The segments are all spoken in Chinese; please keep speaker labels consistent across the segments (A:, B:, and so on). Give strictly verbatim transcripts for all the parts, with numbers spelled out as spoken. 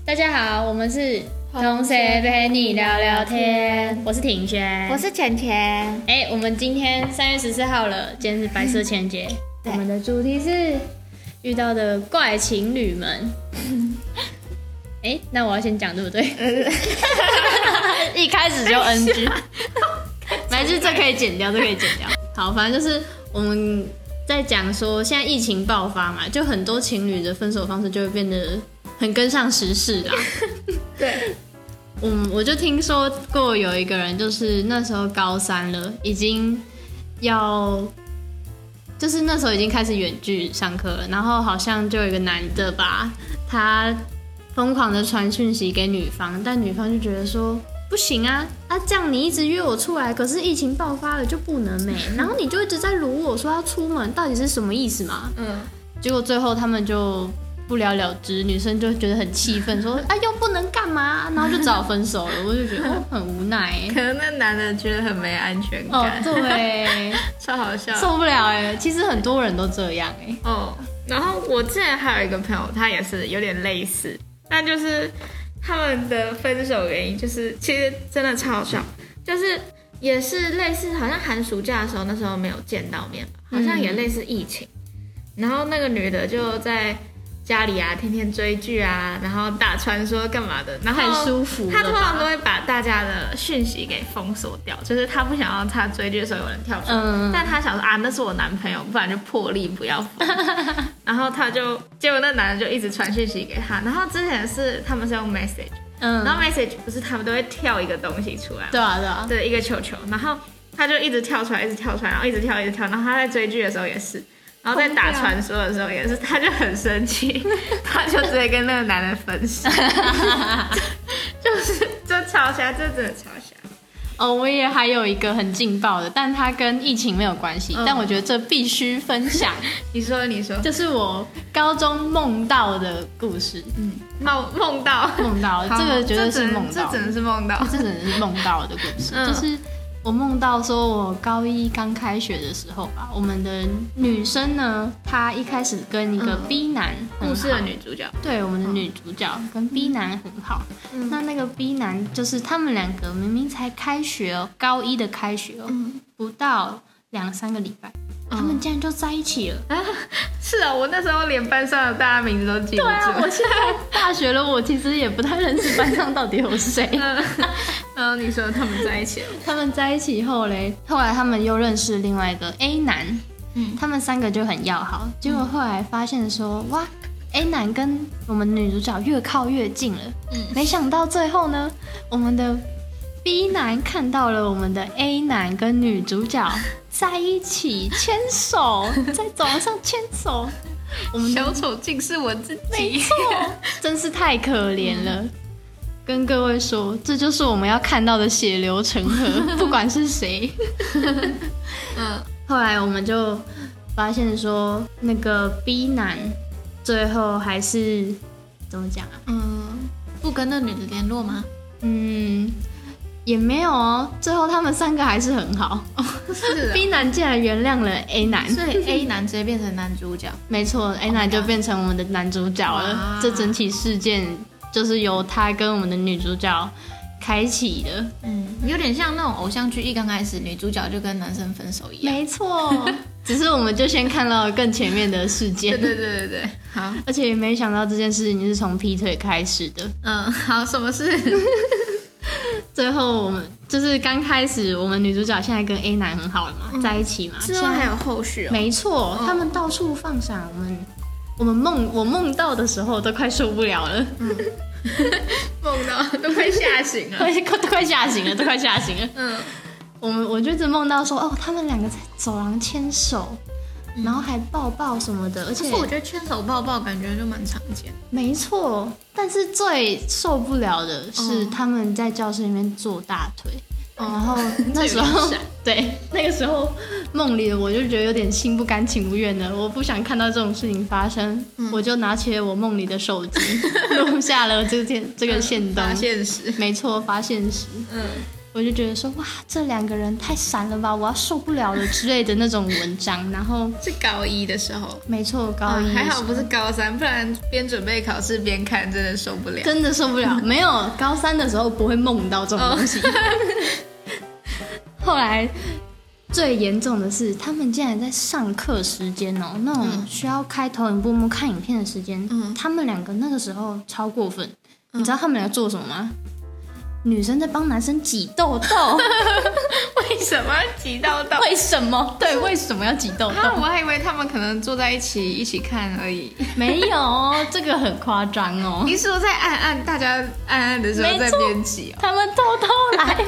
A: 大家好，我们是同学陪你聊聊天，我是庭轩，
B: 我是钱钱。
A: 哎，我们今天三月十四号了，今天是白色情人节，我们的主题是遇到的怪情侣们。哎，那我要先讲对不对？一开始就 N G， 没事，这可以剪掉，这可以剪掉。好，反正就是我们在讲说，现在疫情爆发嘛，就很多情侣的分手方式就会变得很跟上时事啦。
B: 对，
A: 嗯，我就听说过有一个人，就是那时候高三了，已经要，就是那时候已经开始远距上课了，然后好像就有一个男的吧，他疯狂的传讯息给女方，但女方就觉得说不行啊，啊这样你一直约我出来，可是疫情爆发了就不能没，然后你就一直在撸我说要出门，到底是什么意思嘛？嗯，结果最后他们就不了了之，女生就觉得很气愤，说啊又不能干嘛，然后就只好分手了。我就觉得、哦、很无奈耶，
B: 可能那男的觉得很没安全感。
A: 哦，对，
B: 超好笑，
A: 受不了哎。其实很多人都这样哎。
B: 哦，然后我之前还有一个朋友，他也是有点类似，但就是他们的分手原因就是其实真的超好笑，就是也是类似，好像寒暑假的时候，那时候没有见到面吧，好像也类似疫情，嗯、然后那个女的就在家里啊，天天追剧啊，然后打传说干嘛的，然后
A: 太舒服了吧。
B: 他通常都会把大家的讯息给封锁掉，就是他不想要他追剧的时候有人跳出来，嗯、但他想说啊，那是我男朋友，不然就破例不要封。然后他就，结果那男的就一直传讯息给他，然后之前是他们是用 message，嗯，然后 message 不是他们都会跳一个东西出来，
A: 对啊对啊，
B: 对，一个球球，然后他就一直跳出来，一直跳出来，然后一直跳一直跳，然后他在追剧的时候也是。然后在打传说的时候也是，他就很生气，他就直接跟那个男人分手，就是这超瞎，这真的超瞎。
A: 哦，我也还有一个很劲爆的，但它跟疫情没有关系，嗯、但我觉得这必须分享。
B: 你说，你说，
A: 就是我高中梦到的故事。嗯，
B: 梦梦到
A: 梦到，这个绝对是梦到，
B: 这真的是梦到，
A: 这真的是梦到的故事，嗯、就是。我梦到说，我高一刚开学的时候吧，我们的女生呢，她一开始跟一个 B 男很好，
B: 故事的女主角，
A: 对，我们的女主角跟 B 男很好。嗯、那那个 B 男就是他们两个明明才开学哦，高一的开学哦，嗯、不到两三个礼拜，他们竟然就在一起了。
B: 啊，是啊，我那时候连班上的大家名字都记不住。
A: 对啊，我现在大学了，我其实也不太认识班上到底有谁。
B: 然后你说他们在一起了，
A: 他们在一起后嘞，后来他们又认识另外一个 A 男，嗯，他们三个就很要好。结果后来发现说，哇 ，A 男跟我们女主角越靠越近了。嗯，没想到最后呢，我们的 B 男看到了我们的 A 男跟女主角在一起牵手，在走廊上牵手。
B: 我们小丑竟是我自己，
A: 没错，真是太可怜了。嗯，跟各位说，这就是我们要看到的血流成河，不管是谁。嗯，后来我们就发现说，那个 B 男最后还是怎么讲啊？
B: 嗯，不跟那女的联络吗？
A: 嗯，也没有哦。最后他们三个还是很好。哦，是。B 男竟然原谅了 A 男，
B: 所以 A 男直接变成男主角。
A: 没错 ，A 男就变成我们的男主角了。这整起事件。就是由他跟我们的女主角开启的，
B: 嗯，有点像那种偶像剧，一刚开始女主角就跟男生分手一样。
A: 没错，只是我们就先看到更前面的事件。
B: 对对对对对，好，
A: 而且也没想到这件事情是从劈腿开始的。
B: 嗯，好，什么事？
A: 最后我们就是刚开始，我们女主角现在跟 A 男很好了嘛，嗯、在一起嘛，
B: 之后还有后续哦。
A: 没错，哦、他们到处放闪，我们。我们梦，我梦到的时候都快受不了了，嗯，
B: 梦到都快吓醒了，
A: 快都快吓醒了，都快吓醒了。嗯，我们我就一直梦到说，哦，他们两个在走廊牵手，嗯、然后还抱抱什么的，而且
B: 可是我觉得牵手抱抱感觉就蛮常见。
A: 没错，但是最受不了的是他们在教室里面坐大腿。然后那时候，对那个时候梦里的我就觉得有点心不甘情不愿的，我不想看到这种事情发生，嗯、我就拿起了我梦里的手机，录下了这件这个限动，
B: 发现时，
A: 没错，发现时，嗯，我我就觉得说哇，这两个人太闪了吧，我要受不了了之类的那种文章。然后
B: 是高一的时候，
A: 没错，高一的时候、
B: 啊、还好不是高三，不然边准备考试边看，真的受不了，
A: 真的受不了。没有高三的时候不会梦到这种东西。哦、后来最严重的是，他们竟然在上课时间哦，那种需要开投影幕幕看影片的时间，嗯、他们两个那个时候超过分。嗯、你知道他们两个做什么吗？女生在帮男生挤痘痘。
B: 为什么要挤痘痘？
A: 为什么？对，为什么要挤痘痘？
B: 啊，我还以为他们可能坐在一起一起看而已。
A: 没有，这个很夸张哦。
B: 你是说在暗暗大家暗暗的时候在边挤、哦？
A: 他们偷偷来。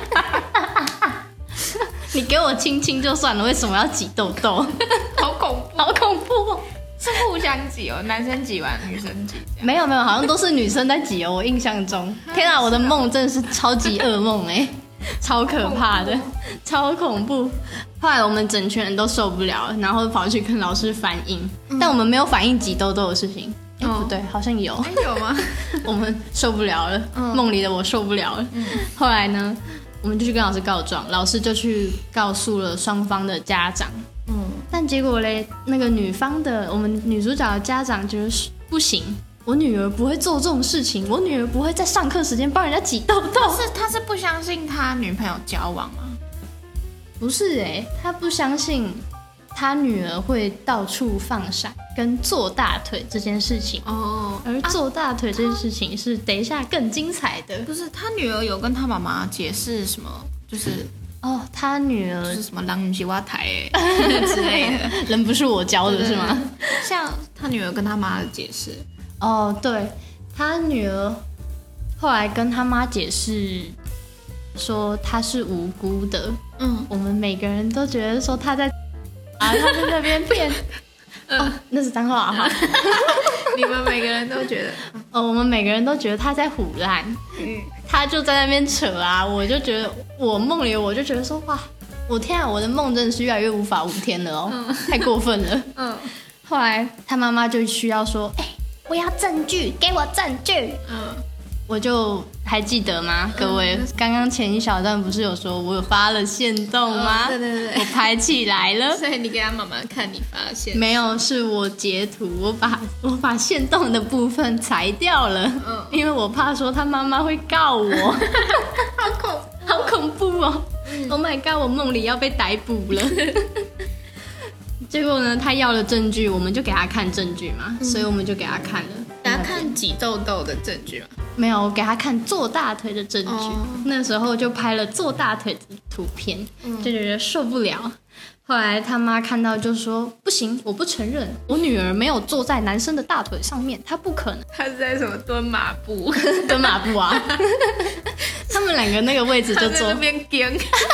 A: 你给我亲亲就算了，为什么要挤痘痘？
B: 好恐怖，
A: 好恐怖哦！
B: 是互相挤哦，男生挤完女生挤。
A: 没有没有，好像都是女生在挤哦。我印象中，天啊，我的梦真的是超级噩梦哎，超可怕的，超恐怖。后来我们整群人都受不了了，然后跑去跟老师反映，嗯、但我们没有反映挤痘痘的事情。哎、哦，不对，好像有。
B: 哎，有吗？
A: 我们受不了了，嗯、梦里的我受不了了。嗯、后来呢，我们就去跟老师告状，老师就去告诉了双方的家长。嗯，但结果嘞，那个女方的我们女主角的家长觉得不行，我女儿不会做这种事情，我女儿不会在上课时间帮人家挤痘痘。
B: 是他是不相信他女朋友交往吗？
A: 不是哎、欸，他不相信他女儿会到处放闪跟做大腿这件事情哦。而做大腿这件事情是等一下更精彩的。
B: 不是，他女儿有跟他妈妈解释什么？就是。
A: 哦，他女儿
B: 是什么狼女西瓜台之类的，
A: 人不是我教的是吗？
B: 像他女儿跟他妈的解释，
A: 哦，对，他女儿后来跟他妈解释说他是无辜的，嗯，我们每个人都觉得说他在啊，他在那边骗，嗯、哦，那是脏话哈。
B: 你们每个人都觉得，
A: 哦，我们每个人都觉得他在唬烂，嗯，他就在那边扯啊，我就觉得我梦里我就觉得说哇，我天啊，我的梦真的是越来越无法无天了哦，嗯、太过分了，嗯，后来他妈妈就需要说，哎、欸，我要证据，给我证据，嗯。我就还记得吗？各位，嗯、刚刚前一小段不是有说我有发了限动吗？
B: 哦、对对对，
A: 我拍起来了。
B: 所以你给他妈妈看你发现？
A: 没有，是我截图，我把我把限动的部分裁掉了，嗯、因为我怕说他妈妈会告我。
B: 好恐，
A: 好恐怖哦、嗯、！Oh my god， 我梦里要被逮捕了。结果呢，他要了证据，我们就给他看证据嘛，嗯、所以我们就给他看了。
B: 给他看挤痘痘的证据吗？
A: 没有，我给他看做大腿的证据。Oh. 那时候就拍了做大腿的图片，嗯、就觉得受不了。后来他妈看到就说：“不行，我不承认，我女儿没有坐在男生的大腿上面，她不可能。”
B: 她是在什么蹲马步？
A: 蹲马步啊！他们两个那个位置就坐。
B: 他在那边颠。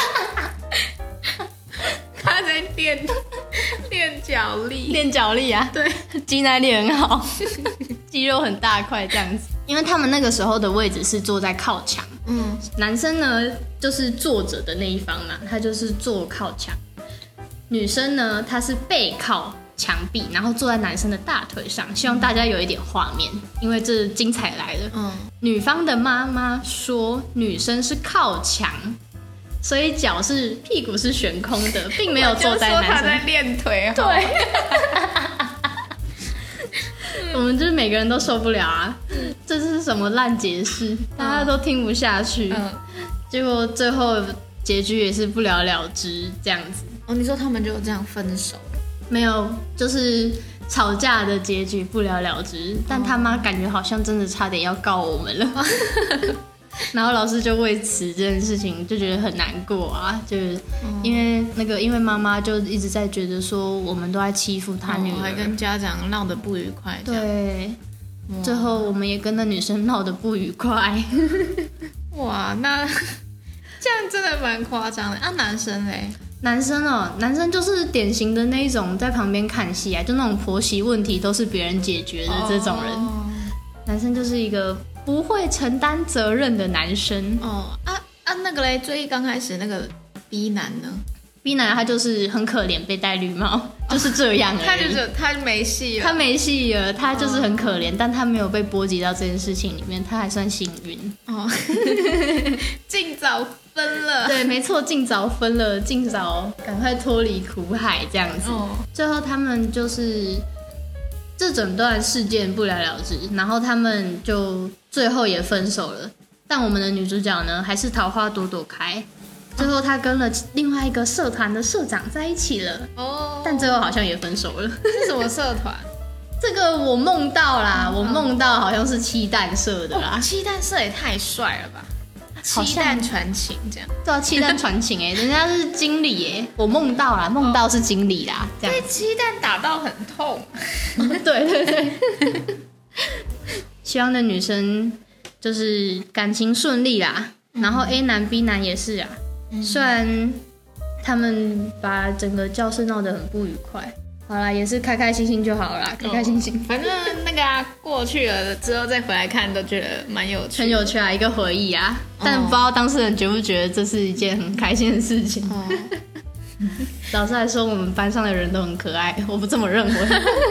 B: 他在练练脚力，
A: 练脚力啊！
B: 对，
A: 肌耐力很好，肌肉很大块这样子。因为他们那个时候的位置是坐在靠墙，嗯，男生呢就是坐着的那一方嘛，他就是坐靠墙。女生呢，她是背靠墙壁，然后坐在男生的大腿上。希望大家有一点画面，因为这精彩来了。嗯，女方的妈妈说，女生是靠墙。所以脚是屁股是悬空的，并没有坐在男生。我就说他
B: 在练腿。
A: 对，我们就是每个人都受不了啊！嗯、这是什么烂解释？大家都听不下去。嗯、结果最后结局也是不了了之，这样子。
B: 哦，你说他们就这样分手了？
A: 没有，就是吵架的结局不了了之。但他妈感觉好像真的差点要告我们了。然后老师就为此这件事情就觉得很难过啊，就是因为那个，因为妈妈就一直在觉得说我们都在欺负她女儿，
B: 哦、还跟家长闹得不愉快。
A: 对，最后我们也跟那女生闹得不愉快。
B: 哇，那这样真的蛮夸张的啊！男生嘞？
A: 男生哦，男生就是典型的那一种在旁边看戏啊，就那种婆媳问题都是别人解决的这种人。哦、男生就是一个不会承担责任的男生。
B: 哦啊啊，那个嘞，最刚开始那个 B 男呢
A: ？B 男他就是很可怜，被戴绿帽，就是这样而已。
B: 他就是他没戏了，
A: 他没戏了，他就是很可怜，哦、但他没有被波及到这件事情里面，他还算幸运。哦，
B: 尽早分了。
A: 对，没错，尽早分了，尽早赶快脱离苦海这样子。哦、最后他们就是这整段事件不了了之，然后他们就最后也分手了。但我们的女主角呢，还是桃花朵朵开。最后她跟了另外一个社团的社长在一起了。哦，但最后好像也分手了。
B: 是什么社团？
A: 这个我梦到啦，我梦到好像是七蛋社的啦。
B: 哦、七蛋社也太帅了吧！七蛋传情这样。
A: 对啊，七蛋传情哎、欸，人家是经理哎、欸，我梦到啦，梦到是经理啦，这样。
B: 被七蛋打到很痛。
A: 对对对。希望那女生就是感情顺利啦，嗯、然后 A 男 B 男也是啊，嗯、虽然他们把整个教室闹得很不愉快。好啦，也是开开心心就好了啦，开开心心。
B: 哦、反正那个啊，过去了之后再回来看，都觉得蛮有趣，
A: 很有趣啊，一个回忆啊。哦、但不知道当事人觉不觉得这是一件很开心的事情。哦、老师还说我们班上的人都很可爱，我不这么认为。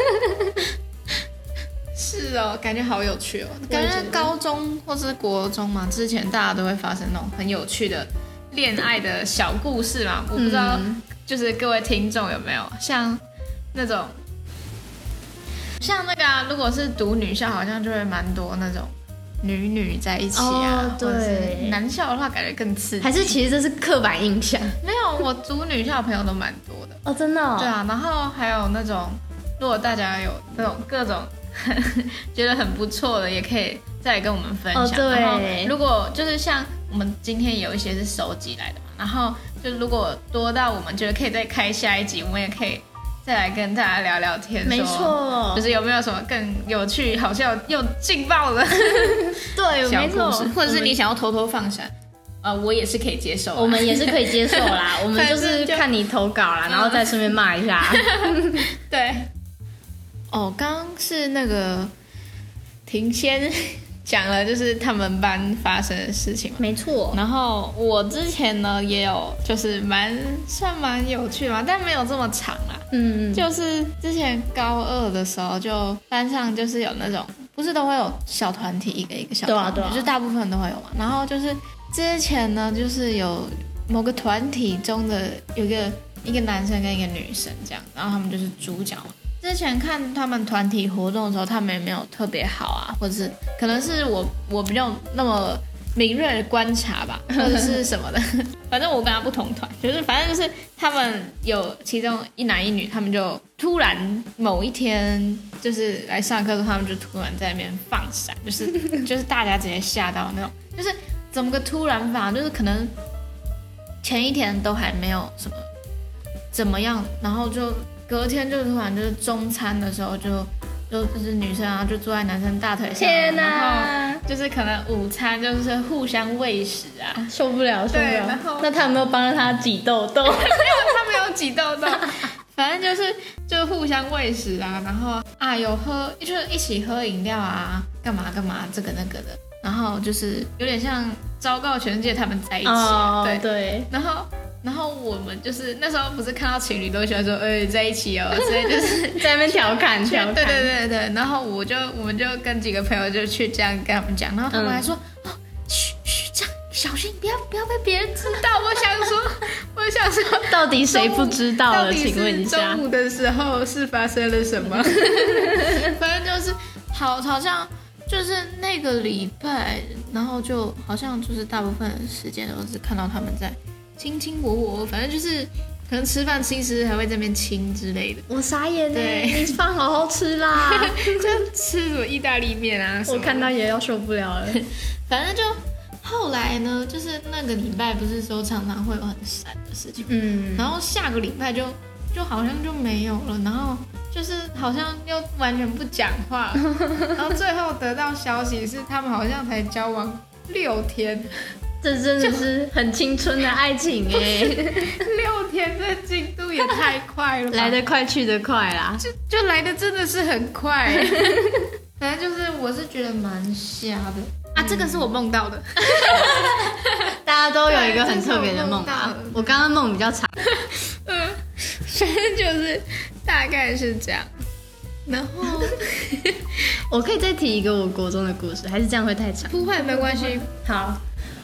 B: 是哦，感觉好有趣哦，感觉高中或是国中嘛，之前大家都会发生那种很有趣的恋爱的小故事嘛。我不知道，就是各位听众有没有像。那种像那个啊，如果是读女校，好像就会蛮多那种女女在一起啊。哦、对，男校的话感觉更刺激。
A: 还是其实这是刻板印象？
B: 没有，我读女校的朋友都蛮多的。
A: 哦，真的、哦？
B: 对啊，然后还有那种，如果大家有那种各种觉得很不错的，也可以再来跟我们分享。哦、对。然后如果就是像我们今天有一些是收集来的嘛，然后就如果多到我们觉得可以再开下一集，我们也可以。再来跟大家聊聊天，
A: 没错，
B: 就是有没有什么更有趣、好笑又劲爆的
A: 对，
B: 小故事，或者是你想要偷偷放闪，呃，我也是可以接受，
A: 我们也是可以接受啦。我们就是看你投稿啦，然后再顺便骂一下。
B: 对，哦，刚刚是那个庭先讲了，就是他们班发生的事情嘛，
A: 没错。
B: 然后我之前呢也有，就是蛮算蛮有趣的嘛，但没有这么长啦。嗯，就是之前高二的时候，就班上就是有那种，不是都会有小团体，一个一个小团体，对啊对啊，就大部分都会有嘛。然后就是之前呢，就是有某个团体中的有一个一个男生跟一个女生这样，然后他们就是主角嘛。之前看他们团体活动的时候，他们也没有特别好啊，或者是可能是我我比较那么敏锐的观察吧，或者是什么的。反正我跟他不同团，就是反正就是他们有其中一男一女，他们就突然某一天就是来上课的时候，他们就突然在那边放闪，就是就是大家直接吓到那种，就是怎么个突然法，就是可能前一天都还没有什么怎么样，然后就。隔天就突然就是中餐的时候就就就是女生啊就坐在男生大腿上，
A: 天哪！
B: 然后就是可能午餐就是互相喂食啊，
A: 受不了受不了。然后那他有没有帮他挤痘痘？没有，
B: 他没有挤痘痘。反正就是就互相喂食啊，然后啊有喝就是一起喝饮料啊，干嘛干嘛这个那个的，然后就是有点像昭告全世界他们在一起、啊，oh, 对
A: 对，
B: 然后。然后我们就是那时候不是看到情侣都喜欢说，哎、欸，在一起哦，所以就是
A: 在那边调侃调侃。
B: 对对对对，然后我就我们就跟几个朋友就去这样跟他们讲，然后他们还说，嗯、哦，嘘嘘，这样小心，不要不要被别人知道。我想说，我想说，
A: 到底谁不知道了？请问一下，
B: 中午的时候是发生了什么？反正就是好，好像就是那个礼拜，然后就好像就是大部分的时间都是看到他们在。卿卿我我，反正就是可能吃饭吃一吃还会在那边亲之类的。
A: 我傻眼耶，你饭好好吃啦，
B: 就吃什么意大利面啊，
A: 我看到也要受不了了。
B: 反正就后来呢，就是那个礼拜不是说常常会有很闪的事情，嗯，然后下个礼拜就就好像就没有了，然后就是好像又完全不讲话，然后最后得到消息是他们好像才交往六天。
A: 这真的是很青春的爱情哎！
B: 六天这进度也太快了吧，
A: 来得快去得快啦，
B: 就就来的真的是很快。反正就是我是觉得蛮瞎的啊，嗯、这个是我梦到的。
A: 大家都有一个很特别的梦啊，我刚刚梦比较长。
B: 嗯，反正就是大概是这样。然后我
A: 可以再提一个我国中的故事，还是这样会太长？
B: 不会，没关系。
A: 好。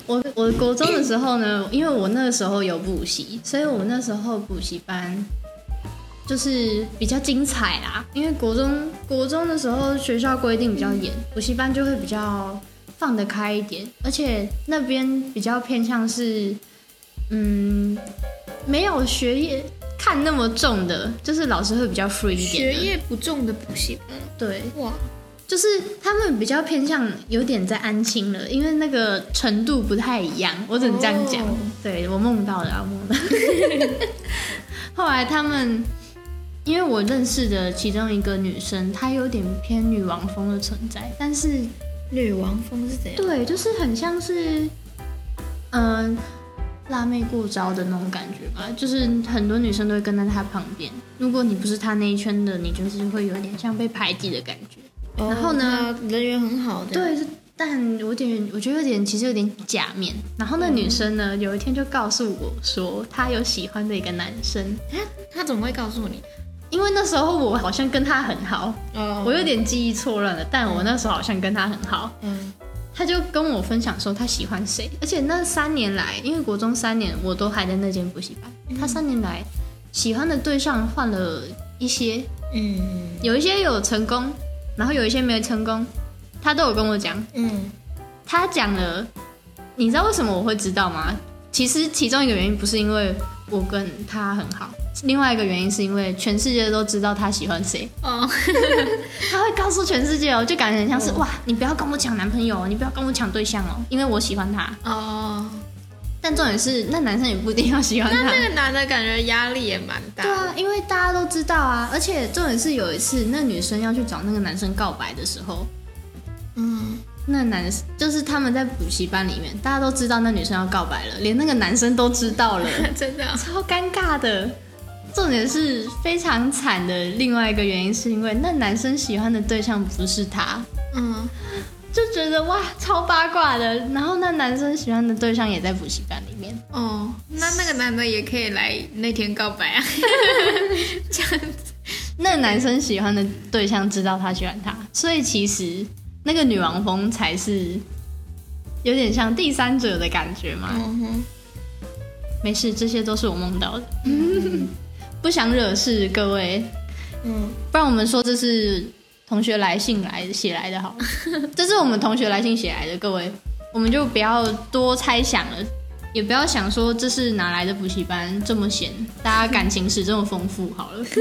A: 我我国中的时候呢，因为我那个时候有补习，所以我那时候补习班就是比较精彩啦。因为国中国中的时候学校规定比较严，补习班就会比较放得开一点，而且那边比较偏向是，嗯，没有学业看那么重的，就是老师会比较 free 一点的。
B: 学业不重的补习班，
A: 对，
B: 哇。
A: 就是他们比较偏向有点在安亲了，因为那个程度不太一样，我只能这样讲。Oh. 对，我梦到的啊，梦到。后来他们，因为我认识的其中一个女生，她有点偏女王风的存在，但是
B: 女王风是怎样？
A: 对，就是很像是，嗯、呃，辣妹过招的那种感觉吧，就是很多女生都会跟在她旁边，如果你不是她那一圈的，你就是会有点像被排挤的感觉。然后呢，
B: 人缘很好的，
A: 对，但有点，我觉得有点，其实有点假面。然后那女生呢，有一天就告诉我说，她有喜欢的一个男生。
B: 她怎么会告诉你？
A: 因为那时候我好像跟他很好，哦、我有点记忆错乱了，但我那时候好像跟他很好。嗯，他就跟我分享说他喜欢谁，而且那三年来，因为国中三年我都还在那间补习班，嗯、他三年来喜欢的对象换了一些，嗯，有一些有成功。然后有一些没有成功，他都有跟我讲。嗯，他讲了，你知道为什么我会知道吗？其实其中一个原因不是因为我跟他很好，另外一个原因是因为全世界都知道他喜欢谁。哦，他会告诉全世界哦，就感觉很像是、哦、哇，你不要跟我抢男朋友，你不要跟我抢对象哦，因为我喜欢他。哦。但重点是，那男生也不一定要喜欢他。
B: 那那个男的感觉压力也蛮大。
A: 对啊，因为大家都知道啊，而且重点是有一次，那女生要去找那个男生告白的时候，嗯，那男就是他们在补习班里面，大家都知道那女生要告白了，连那个男生都知道了，
B: 真的、哦、
A: 超尴尬的。重点是非常惨的，另外一个原因是因为那男生喜欢的对象不是他，嗯。就觉得哇，超八卦的。然后那男生喜欢的对象也在补习班里面。
B: 哦，那那个男的也可以来那天告白啊。这样子，
A: 那个男生喜欢的对象知道他喜欢他，所以其实那个女王风才是有点像第三者的感觉嘛。嗯哼，没事，这些都是我梦到的。嗯、不想惹事，各位。嗯，不然我们说这是。同学来信来写来的好，这是我们同学来信写来的，各位，我们就不要多猜想了，也不要想说这是哪来的补习班这么闲，大家感情史这么丰富好了。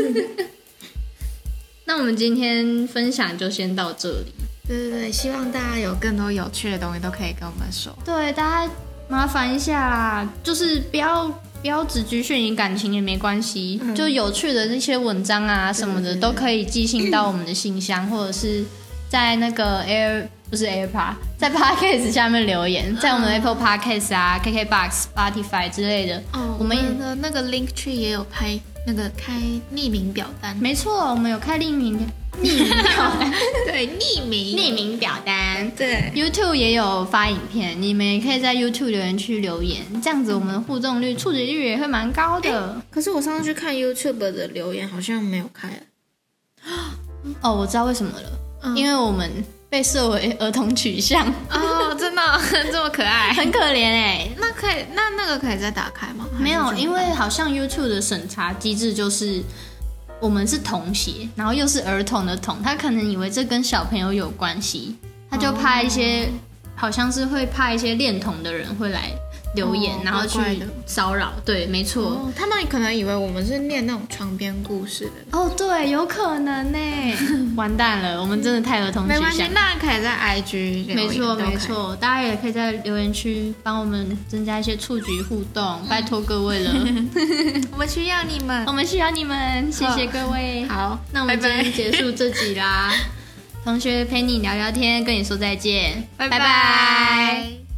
A: 那我们今天分享就先到这里。
B: 对对对，希望大家有更多有趣的东西都可以跟我们说。
A: 对，大家麻烦一下啦，就是不要。不要只局限于感情也没关系、嗯，就有趣的那些文章啊什么的对对对都可以寄信到我们的信箱，或者是在那个 Air 不是 AirPod， 在 Podcast 下面留言，在我们的 Apple Podcast 啊、K K Box、Spotify 之类的。
B: 哦，我们的那个 Linktree 也有拍那个开匿名表单。
A: 没错，我们有开匿名匿名表单，
B: 对，匿名
A: 匿名表单，
B: 对
A: ，YouTube 也有发影片，你们也可以在 YouTube 留言区留言，这样子我们的互动率、触及率也会蛮高的。
B: 可是我上次去看 YouTube 的留言好像没有开。
A: 哦，我知道为什么了，嗯、因为我们被设为儿童取向。
B: 哦，真的、哦、这么可爱，
A: 很可怜哎。
B: 那可以，那那个可以再打开吗？
A: 没有，因为好像 YouTube 的审查机制就是。我们是童鞋，然后又是儿童的童，他可能以为这跟小朋友有关系，他就怕一些、哦、好像是会怕一些恋童的人会来留言，哦、然后去骚扰。对，没错、
B: 哦。他们可能以为我们是念那种床边故事的。
A: 哦，对，有可能呢。完蛋了，我们真的太儿童取向。
B: 没关系，那可以在 I G 留言。
A: 没错，没错，大家也可以在留言区帮我们增加一些触及互动，拜托各位了。
B: 我们需要你们，
A: 我们需要你们，谢谢各位。
B: 好，
A: 那我们今天结束这集啦。同学陪你聊聊天，跟你说再见，
B: 拜拜。拜拜。